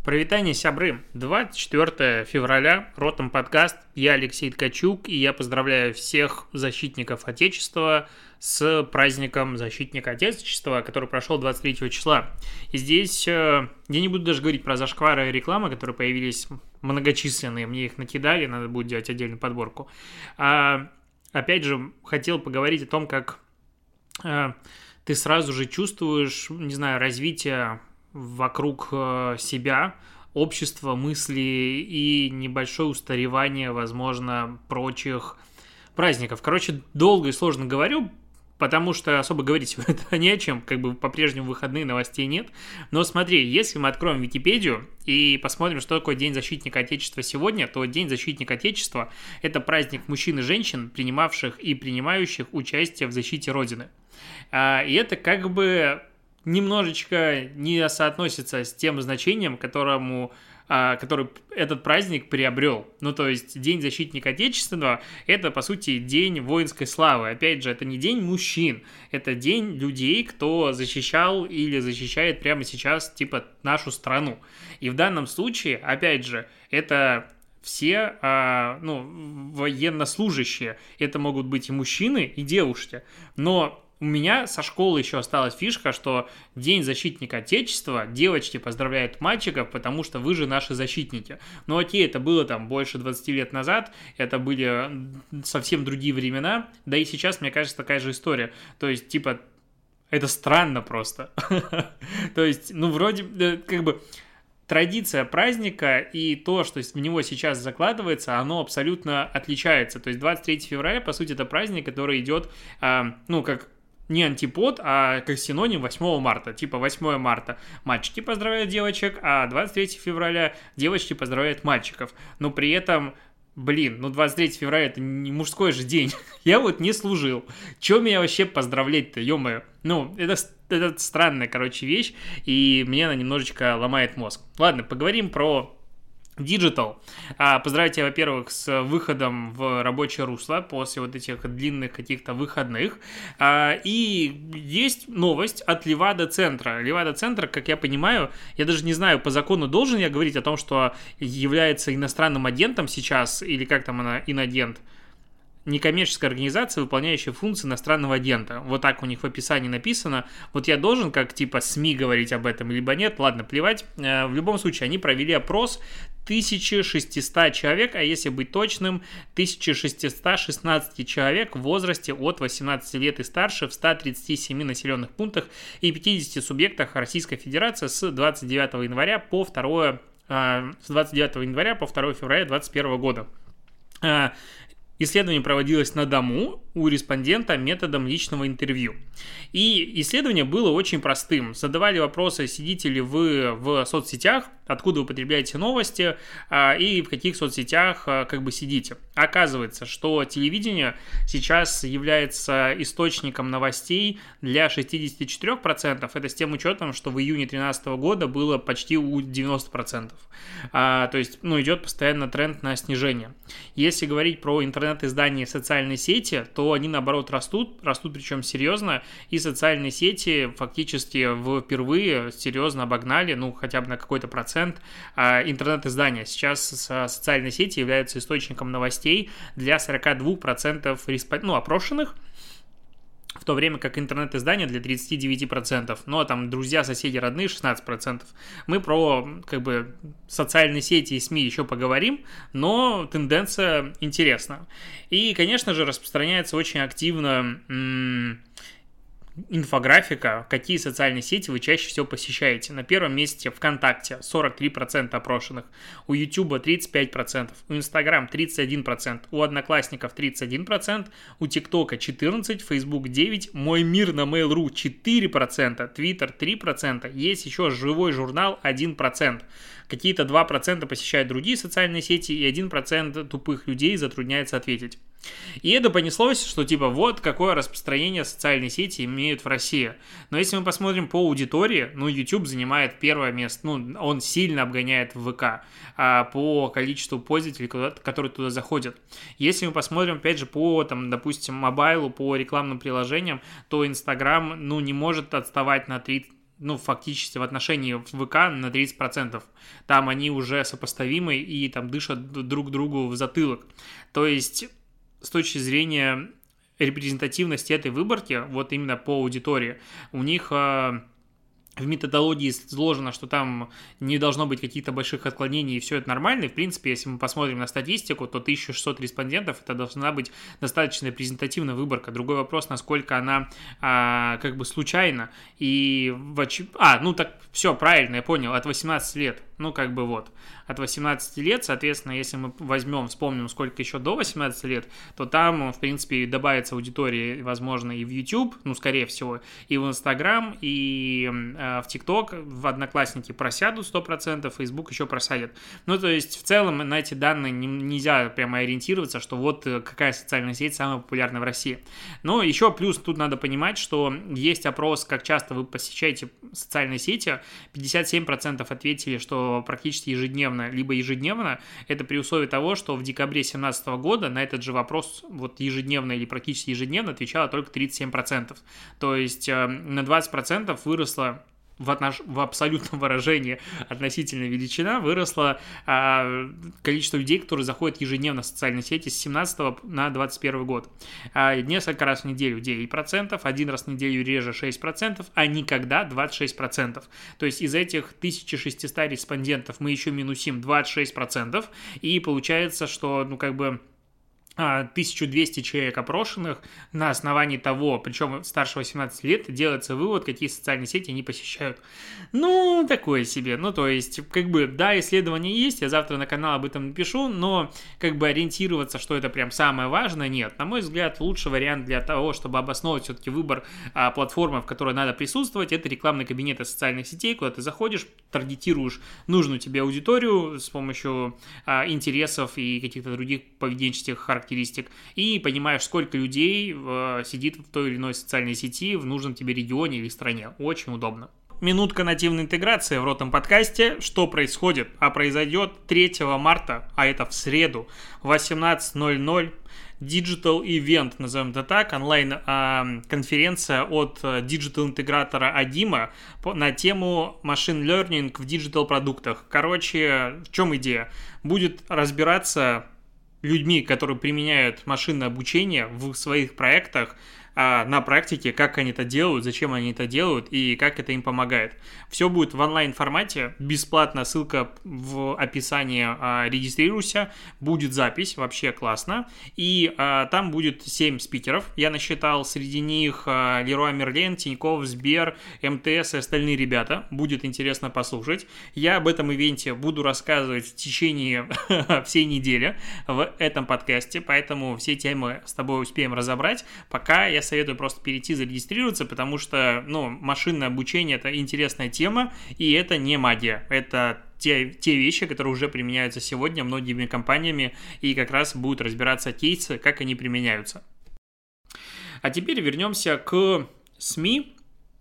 Привитание, сябры! 24 февраля, Ротом подкаст, я Алексей Ткачук, и я поздравляю всех защитников Отечества с праздником Защитника Отечества, который прошел 23 числа. И здесь я не буду даже говорить про зашквары и рекламы, которые появились многочисленные, мне их накидали, надо будет делать отдельную подборку. Опять же, хотел поговорить о том, как ты сразу же чувствуешь, не знаю, развитие вокруг себя, общества, мысли и небольшое устаревание, возможно, прочих праздников. Короче, долго и сложно говорю, потому что особо говорить это не о чем, как бы по-прежнему выходные, новостей нет. Но смотри, если мы откроем Википедию и посмотрим, что такое День защитника Отечества сегодня, то День защитника Отечества – это праздник мужчин и женщин, принимавших и принимающих участие в защите Родины. И это как бы немножечко не соотносится с тем значением, который этот праздник приобрел. Ну, то есть, День защитника Отечества – это, по сути, день воинской славы. Опять же, это не день мужчин, это день людей, кто защищал или защищает прямо сейчас, типа, нашу страну. И в данном случае, опять же, это все, военнослужащие. Это могут быть и мужчины, и девушки. Но у меня со школы еще осталась фишка, что День защитника Отечества, девочки поздравляют мальчиков, потому что вы же наши защитники. Ну окей, это было там больше 20 лет назад, это были совсем другие времена, да и сейчас, мне кажется, такая же история. То есть, типа, это странно просто. То есть, вроде, как бы, традиция праздника и то, что в него сейчас закладывается, оно абсолютно отличается. То есть 23 февраля, по сути, это праздник, который идет, как не антипод, а как синоним 8 марта. Типа 8 марта мальчики поздравляют девочек, а 23 февраля девочки поздравляют мальчиков. Но при этом, 23 февраля это не мужской же день. Я вот не служил. Чего меня вообще поздравлять-то, ё-моё? Это странная, вещь, и мне она немножечко ломает мозг. Ладно, поговорим про Digital. Поздравляю тебя, во-первых, с выходом в рабочее русло после вот этих длинных каких-то выходных. И есть новость от Левада-центра. Левада-центр, как я понимаю, я даже не знаю, по закону должен я говорить о том, что является иностранным агентом сейчас, или как там она, инагент? Некоммерческая организация, выполняющая функции иностранного агента. Вот так у них в описании написано. Вот я должен, как типа СМИ, говорить об этом, либо нет. Ладно, плевать. В любом случае, они провели опрос 1600 человек, а если быть точным, 1616 человек в возрасте от 18 лет и старше в 137 населенных пунктах и 50 субъектах Российской Федерации с 29 января по 2 февраля 2021 года. Исследование проводилось на дому у респондента методом личного интервью. И исследование было очень простым. Задавали вопросы, сидите ли вы в соцсетях, откуда вы потребляете новости и в каких соцсетях сидите. Оказывается, что телевидение сейчас является источником новостей для 64%. Это с тем учетом, что в июне 2013 года было почти у 90%. То есть, идет постоянно тренд на снижение. Если говорить про интернет-издания и социальные сети, то они, наоборот, растут причем серьезно, и социальные сети фактически впервые серьезно обогнали, хотя бы на какой-то процент интернет-издания. Сейчас социальные сети являются источником новостей для 42% опрошенных, в то время как интернет-издания для 39%. Ну, а там друзья, соседи, родные 16%. Мы про, социальные сети и СМИ еще поговорим, но тенденция интересна. И, конечно же, распространяется очень активно инфографика, какие социальные сети вы чаще всего посещаете. На первом месте ВКонтакте 43% опрошенных, у Ютуба 35%, у Инстаграм 31%, у Одноклассников 31%, у ТикТока 14%, Фейсбук 9%, Мой мир на Mail.ru 4%, Твиттер 3%, есть еще живой журнал 1%. Какие-то 2% посещают другие социальные сети, и 1% тупых людей затрудняется ответить. И это понеслось, что вот какое распространение социальные сети имеют в России. Но если мы посмотрим по аудитории, YouTube занимает первое место, он сильно обгоняет ВК по количеству пользователей, которые туда заходят. Если мы посмотрим, опять же, по, допустим, мобайлу, по рекламным приложениям, то Инстаграм, не может отставать на ну, фактически в отношении ВК на 30%. Там они уже сопоставимы и там дышат друг другу в затылок. То есть, с точки зрения репрезентативности этой выборки, вот именно по аудитории, у них в методологии изложено, что там не должно быть каких-то больших отклонений, и все это нормально. И, в принципе, если мы посмотрим на статистику, то 1600 респондентов – это должна быть достаточно репрезентативная выборка. Другой вопрос, насколько она как бы случайна. И ну так, все, правильно, я понял, от 18 лет. Ну, как бы вот, от 18 лет, соответственно, если мы вспомним, сколько еще до 18 лет, то там, в принципе, добавится аудитория, возможно, и в YouTube, ну, скорее всего, и в Instagram, и в TikTok, в Одноклассники просядут 100%, Facebook еще просядет. Ну, то есть, в целом, на эти данные нельзя прямо ориентироваться, что вот какая социальная сеть самая популярная в России. Но еще плюс тут надо понимать, что есть опрос, как часто вы посещаете социальные сети, 57% ответили, что практически ежедневно, либо ежедневно, это при условии того, что в декабре 2017 года на этот же вопрос вот ежедневно или практически ежедневно отвечало только 37%. То есть на 20% выросло в абсолютном выражении относительная величина, выросло количество людей, которые заходят ежедневно в социальные сети с 17 на 21 год. Несколько раз в неделю 9%, один раз в неделю реже 6%, а никогда 26%. То есть из этих 1600 респондентов мы еще минусим 26%, и получается, что, ну, как бы 1200 человек опрошенных, на основании того, причем старше 18 лет, делается вывод, какие социальные сети они посещают. Ну, такое себе. Ну, то есть, как бы, да, исследования есть, я завтра на канал об этом напишу, но, как бы, ориентироваться, что это прям самое важное, нет. На мой взгляд, лучший вариант для того, чтобы обосновывать все-таки выбор платформы, в которой надо присутствовать, это рекламные кабинеты социальных сетей, куда ты заходишь, таргетируешь нужную тебе аудиторию с помощью интересов и каких-то других поведенческих характеристик, и понимаешь, сколько людей сидит в той или иной социальной сети в нужном тебе регионе или стране. Очень удобно. Минутка нативной интеграции в ротом подкасте. Что происходит? А произойдет 3 марта, а это в среду, в 18:00. Digital Event, назовем это так, онлайн-конференция от диджитал-интегратора Адима на тему Machine Learning в диджитал-продуктах. Короче, в чем идея? Будет разбираться людьми, которые применяют машинное обучение в своих проектах, на практике, как они это делают, зачем они это делают и как это им помогает. Все будет в онлайн-формате, бесплатно, ссылка в описании, регистрируйся, будет запись, вообще классно, и там будет 7 спикеров, я насчитал, среди них Леруа Мерлен, Тинькофф, Сбер, МТС и остальные ребята, будет интересно послушать. Я об этом ивенте буду рассказывать в течение всей недели в этом подкасте, поэтому все темы с тобой успеем разобрать, пока я советую просто перейти, зарегистрироваться, потому что, ну, машинное обучение – это интересная тема, и это не магия. Это те вещи, которые уже применяются сегодня многими компаниями, и как раз будут разбираться кейсы, как они применяются. А теперь вернемся к СМИ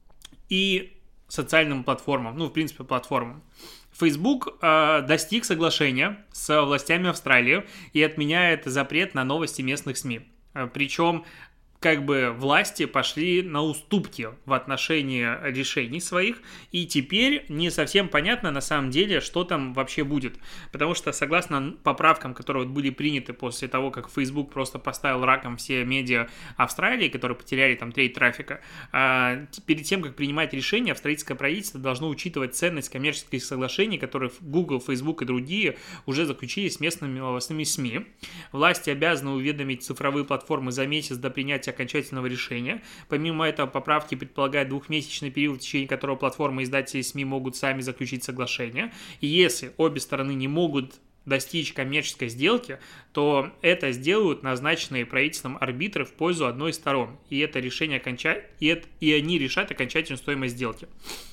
и социальным платформам, ну, в принципе, платформам. Facebook достиг соглашения с властями Австралии и отменяет запрет на новости местных СМИ. Причем как бы власти пошли на уступки в отношении решений своих, и теперь не совсем понятно на самом деле, что там вообще будет, потому что согласно поправкам, которые были приняты после того, как Facebook просто поставил раком все медиа Австралии, которые потеряли там треть трафика, перед тем, как принимать решение, австралийское правительство должно учитывать ценность коммерческих соглашений, которые Google, Facebook и другие уже заключили с местными новостными СМИ. Власти обязаны уведомить цифровые платформы за месяц до принятия окончательного решения. Помимо этого, поправки предполагают двухмесячный период, в течение которого платформы и издатели СМИ могут сами заключить соглашение. И если обе стороны не могут достичь коммерческой сделки, то это сделают назначенные правительством арбитры в пользу одной из сторон. И это решение и они решат окончательную стоимость сделки.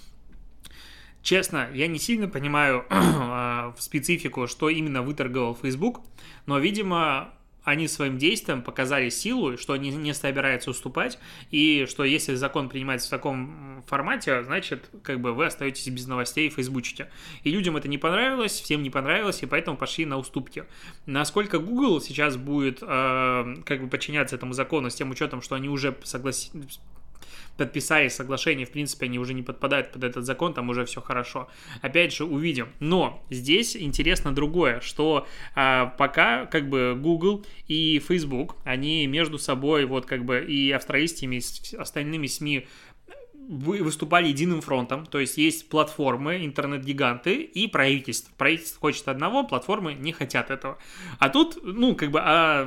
Честно, я не сильно понимаю специфику, что именно выторговал Facebook, но, видимо, они своим действием показали силу, что они не собираются уступать, и что если закон принимается в таком формате, значит, как бы вы остаетесь без новостей в фейсбучке. И людям это не понравилось, всем не понравилось, и поэтому пошли на уступки. Насколько Google сейчас будет как бы подчиняться этому закону, с тем учетом, что они уже подписали соглашение, в принципе, они уже не подпадают под этот закон, там уже все хорошо. Опять же, увидим. Но здесь интересно другое, что пока как бы Google и Facebook, они между собой вот как бы и австралийскими, и с остальными СМИ выступали единым фронтом, то есть платформы, интернет-гиганты и правительство. Правительство хочет одного, платформы не хотят этого. А тут, ну, как бы,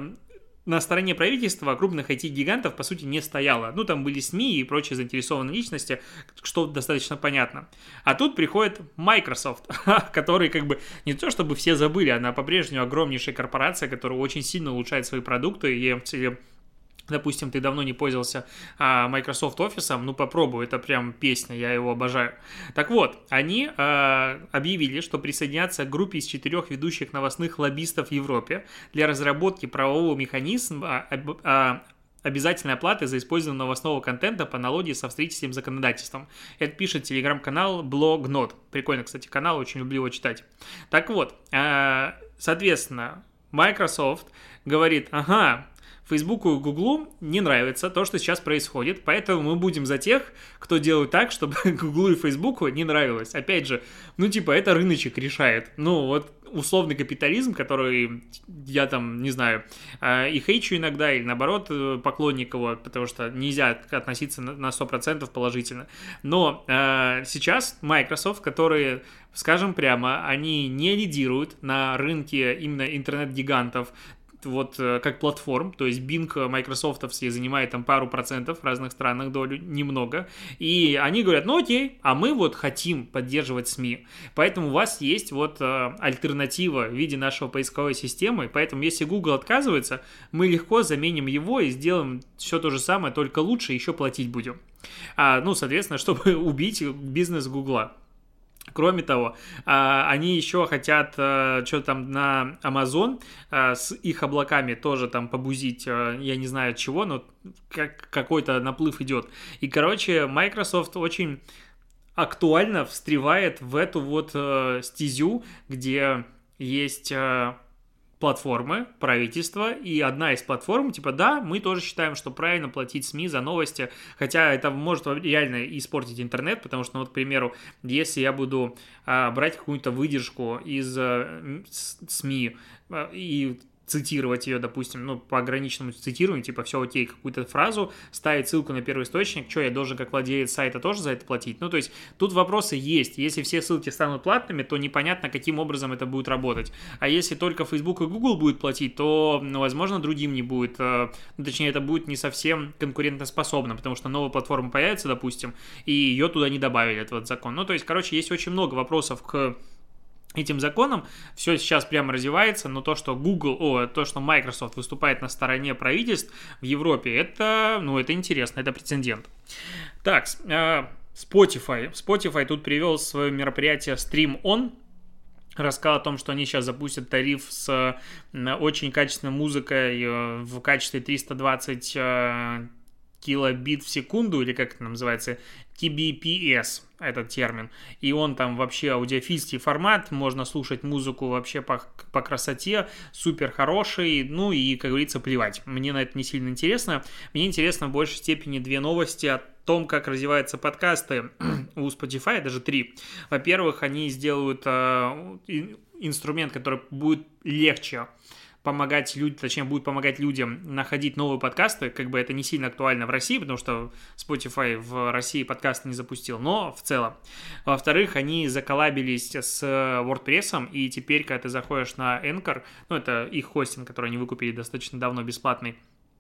на стороне правительства крупных IT-гигантов, по сути, не стояло. Ну, там были СМИ и прочие заинтересованные личности, что достаточно понятно. А тут приходит Microsoft, который, как бы, не то чтобы все забыли, она по-прежнему огромнейшая корпорация, которая очень сильно улучшает свои продукты, и допустим, ты давно не пользовался Microsoft Office, ну попробуй, это прям песня, я его обожаю. Так вот, они объявили, что присоединятся к группе из 4 ведущих новостных лоббистов в Европе для разработки правового механизма обязательной оплаты за использование новостного контента по аналогии с австрийским законодательством. Это пишет телеграм-канал Blognot. Прикольно, кстати, канал, очень люблю его читать. Так вот, соответственно, Microsoft говорит, ага, Фейсбуку и Гуглу не нравится то, что сейчас происходит, поэтому мы будем за тех, кто делает так, чтобы Гуглу и Фейсбуку не нравилось. Опять же, ну типа это рыночек решает. Ну вот условный капитализм, который я там, не знаю, и хейчу иногда, или наоборот поклонник его, потому что нельзя относиться на 100% положительно. Но сейчас Microsoft, которые, скажем прямо, они не лидируют на рынке именно интернет-гигантов, вот как платформ, то есть Bing майкрософтовский занимает там пару процентов в разных странах, долю немного, и они говорят, ну окей, а мы вот хотим поддерживать СМИ, поэтому у вас есть вот альтернатива в виде нашего поисковой системы, поэтому если Google отказывается, мы легко заменим его и сделаем все то же самое, только лучше, еще платить будем. Ну, соответственно, чтобы убить бизнес Гугла. Кроме того, они еще хотят что-то там на Amazon с их облаками тоже там побузить, я не знаю чего, но какой-то наплыв идет. И, короче, Microsoft очень актуально встревает в эту вот стезю, где есть платформы, правительство, и одна из платформ, типа, да, мы тоже считаем, что правильно платить СМИ за новости, хотя это может реально испортить интернет, потому что, ну, вот, к примеру, если я буду брать какую-то выдержку из СМИ и цитировать ее, допустим, ну, по ограниченному цитированию, типа, все окей, какую-то фразу, ставить ссылку на первоисточник, что я должен, как владелец сайта, тоже за это платить? Ну, то есть, тут вопросы есть. Если все ссылки станут платными, то непонятно, каким образом это будет работать. А если только Facebook и Google будут платить, то, ну, возможно, другим не будет, ну, точнее, это будет не совсем конкурентоспособно, потому что новая платформа появится, допустим, и ее туда не добавили, этот вот закон. Ну, то есть, короче, есть очень много вопросов к этим законом, все сейчас прямо развивается, но то, что то, что Microsoft выступает на стороне правительств в Европе, это, ну, это интересно, это прецедент. Так, Spotify. Spotify тут привел свое мероприятие Stream On, рассказал о том, что они сейчас запустят тариф с очень качественной музыкой в качестве 320 килобит в секунду, или как это называется, kbps, этот термин, и он там вообще аудиофильский формат, можно слушать музыку вообще по красоте, супер хороший, ну и, как говорится, плевать. Мне на это не сильно интересно. Мне интересно в большей степени две новости о том, как развиваются подкасты у Spotify, даже 3. Во-первых, они сделают инструмент, который будет легче помогать людям, точнее, будет помогать людям находить новые подкасты, как бы это не сильно актуально в России, потому что Spotify в России подкасты не запустил, но в целом. Во-вторых, они заколлабились с WordPress, и теперь, когда ты заходишь на Anchor, ну, это их хостинг, который они выкупили достаточно давно, бесплатный,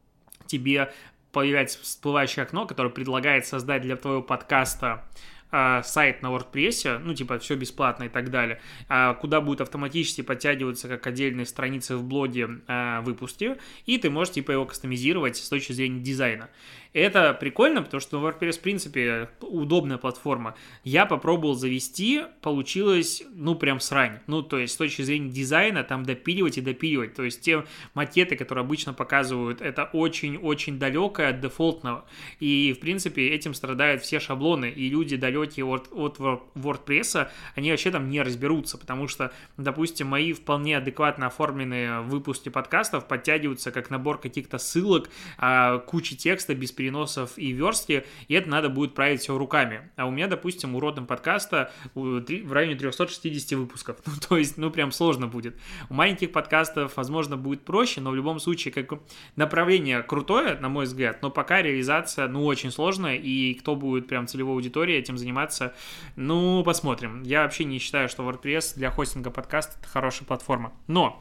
тебе появляется всплывающее окно, которое предлагает создать для твоего подкаста сайт на WordPress, ну, типа, все бесплатно и так далее, куда будут автоматически подтягиваться как отдельные страницы в блоге выпуски, и ты можешь, типа, его кастомизировать с точки зрения дизайна. Это прикольно, потому что WordPress, в принципе, удобная платформа. Я попробовал завести, получилось, ну, прям срань. Ну, то есть, с точки зрения дизайна, там допиливать и допиливать. То есть, те макеты, которые обычно показывают, это очень-очень далекое от дефолтного. И, в принципе, этим страдают все шаблоны. И люди далекие недалекие от WordPress, они вообще там не разберутся, потому что, допустим, мои вполне адекватно оформленные выпуски подкастов подтягиваются как набор каких-то ссылок, кучи текста без переносов и верстки, и это надо будет править все руками. А у меня, допустим, у Ротом подкаста в районе 360 выпусков. Ну, то есть, прям сложно будет. У маленьких подкастов, возможно, будет проще, но в любом случае, как направление крутое, на мой взгляд, но пока реализация, очень сложная, и кто будет прям целевой аудиторией этим заниматься, посмотрим. Я вообще не считаю, что WordPress для хостинга подкаста это хорошая платформа. Но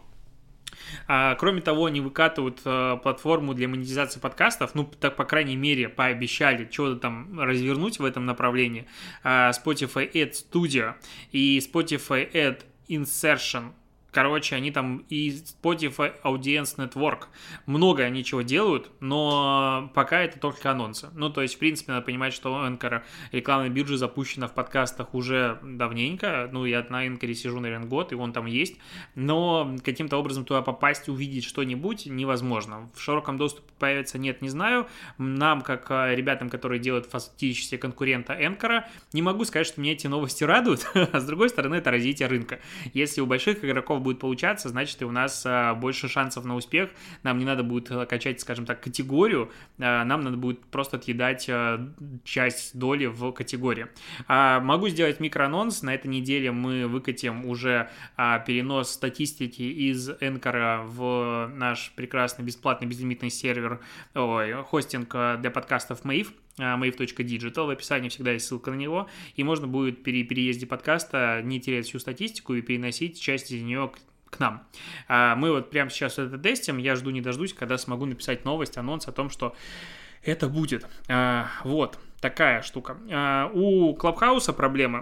кроме того, они выкатывают платформу для монетизации подкастов, так, по крайней мере, пообещали что-то там развернуть в этом направлении. Spotify Ad Studio и Spotify Ad Insertion. Короче, они там и Spotify Audience Network. Много они чего делают, но пока это только анонсы. То есть, в принципе, надо понимать, что Anchor рекламная биржа запущена в подкастах уже давненько. Я на Anchor сижу, наверное, год, и он там есть. Но каким-то образом туда попасть, увидеть что-нибудь невозможно. В широком доступе появится, нет, не знаю. Нам, как ребятам, которые делают фактически конкурента Anchor, не могу сказать, что меня эти новости радуют. А с другой стороны, это развитие рынка. Если у больших игроков будет получаться, значит, и у нас больше шансов на успех. Нам не надо будет качать, скажем так, категорию, нам надо будет просто отъедать часть доли в категории. Могу сделать микроанонс. На этой неделе мы выкатим уже перенос статистики из Anchor в наш прекрасный бесплатный безлимитный сервер, хостинг для подкастов Mave. Mave.digital, в описании всегда есть ссылка на него, и можно будет при переезде подкаста не терять всю статистику и переносить часть из нее к нам. Мы прямо сейчас это тестим, я жду не дождусь, когда смогу написать новость, анонс о том, что это будет. Такая штука. У Клабхауса проблема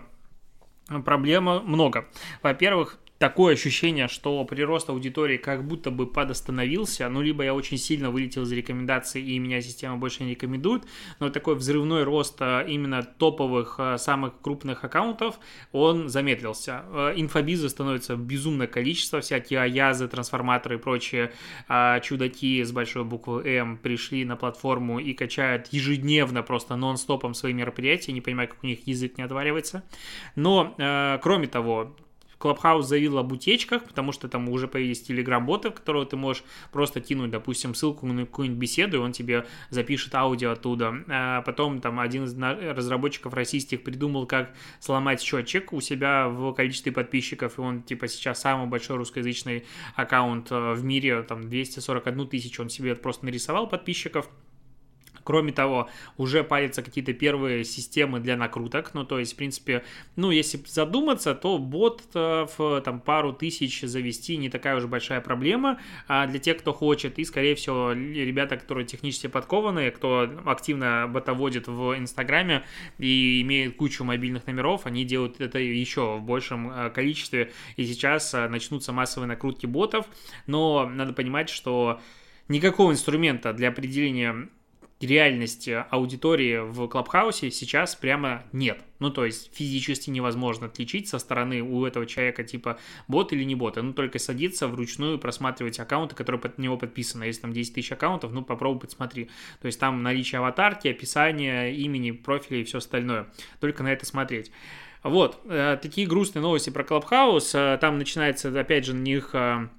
много. Во-первых, такое ощущение, что прирост аудитории как будто бы подостановился, либо я очень сильно вылетел из рекомендаций, и меня система больше не рекомендует, но такой взрывной рост именно топовых, самых крупных аккаунтов, он замедлился. Инфобиза становится безумное количество, всякие аязы, трансформаторы и прочие чудаки с большой буквы М пришли на платформу и качают ежедневно просто нон-стопом свои мероприятия, не понимаю, как у них язык не отваливается. Но, кроме того, Clubhouse заявил об утечках, потому что там уже появились телеграм-боты, в которые ты можешь просто кинуть, допустим, ссылку на какую-нибудь беседу, и он тебе запишет аудио оттуда. А потом там один из разработчиков российских придумал, как сломать счетчик у себя в количестве подписчиков, и он сейчас самый большой русскоязычный аккаунт в мире, там 241 тысячу он себе просто нарисовал подписчиков. Кроме того, уже палятся какие-то первые системы для накруток, то есть, в принципе, если задуматься, то бот в пару тысяч завести не такая уж большая проблема для тех, кто хочет, и, скорее всего, ребята, которые технически подкованные, кто активно ботоводит в Инстаграме и имеет кучу мобильных номеров, они делают это еще в большем количестве, и сейчас начнутся массовые накрутки ботов, но надо понимать, что никакого инструмента для определения реальности аудитории в Клабхаусе сейчас прямо нет. То есть физически невозможно отличить со стороны у этого человека типа бот или не бот. Только садиться вручную просматривать аккаунты, которые под него подписаны. Если там 10 тысяч аккаунтов, попробуй подсмотри. То есть там наличие аватарки, описания, имени, профиля и все остальное. Только на это смотреть. Такие грустные новости про Клабхаус. Там начинается, опять же, на них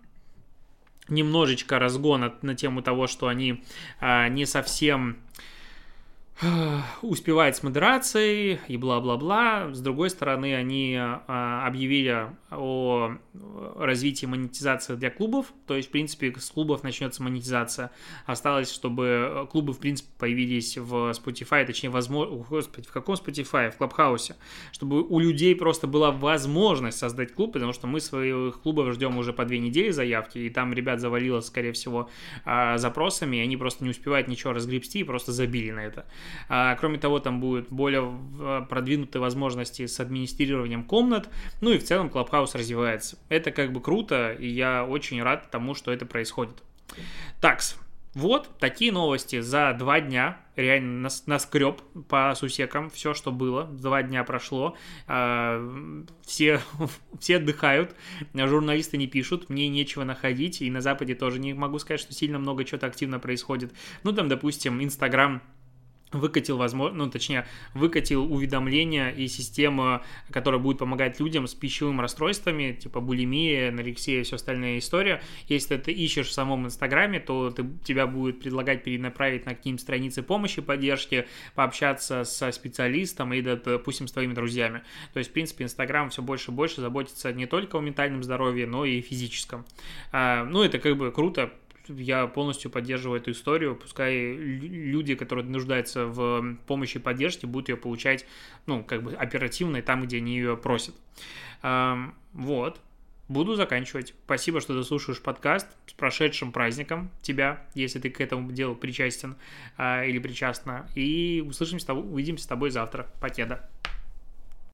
немножечко разгон на тему того, что они не совсем успевает с модерацией и бла-бла-бла. С другой стороны, они объявили о развитии монетизации для клубов. То есть, в принципе, с клубов начнется монетизация. Осталось, чтобы клубы, в принципе, появились в Spotify, точнее, в каком Spotify? В Клабхаусе. Чтобы у людей просто была возможность создать клуб, потому что мы своих клубов ждем уже по 2 недели заявки, и там ребят завалило, скорее всего, запросами, и они просто не успевают ничего разгребсти и просто забили на это. Кроме того, там будут более продвинутые возможности с администрированием комнат, и в целом Clubhouse развивается. Это круто, и я очень рад тому, что это происходит. Такс. Такие новости за 2 дня. Реально наскреб по сусекам все, что было. 2 дня прошло. Все отдыхают. Журналисты не пишут. Мне нечего находить. И на Западе тоже не могу сказать, что сильно много чего-то активно происходит. Там, допустим, Инстаграм выкатил, возможно, выкатил уведомления и систему, которая будет помогать людям с пищевыми расстройствами, типа булимия, анорексия и все остальная история. Если ты ищешь в самом Инстаграме, то тебя будет предлагать перенаправить на какие-нибудь страницы помощи, поддержки, пообщаться со специалистом и, допустим, с твоими друзьями. То есть, в принципе, Инстаграм все больше и больше заботится не только о ментальном здоровье, но и физическом. Это как бы круто. Я полностью поддерживаю эту историю, пускай люди, которые нуждаются в помощи и поддержке, будут ее получать, оперативно и там, где они ее просят. Вот. Буду заканчивать. Спасибо, что ты слушаешь подкаст. С прошедшим праздником тебя, если ты к этому делу причастен или причастна. И увидимся с тобой завтра. Покеда.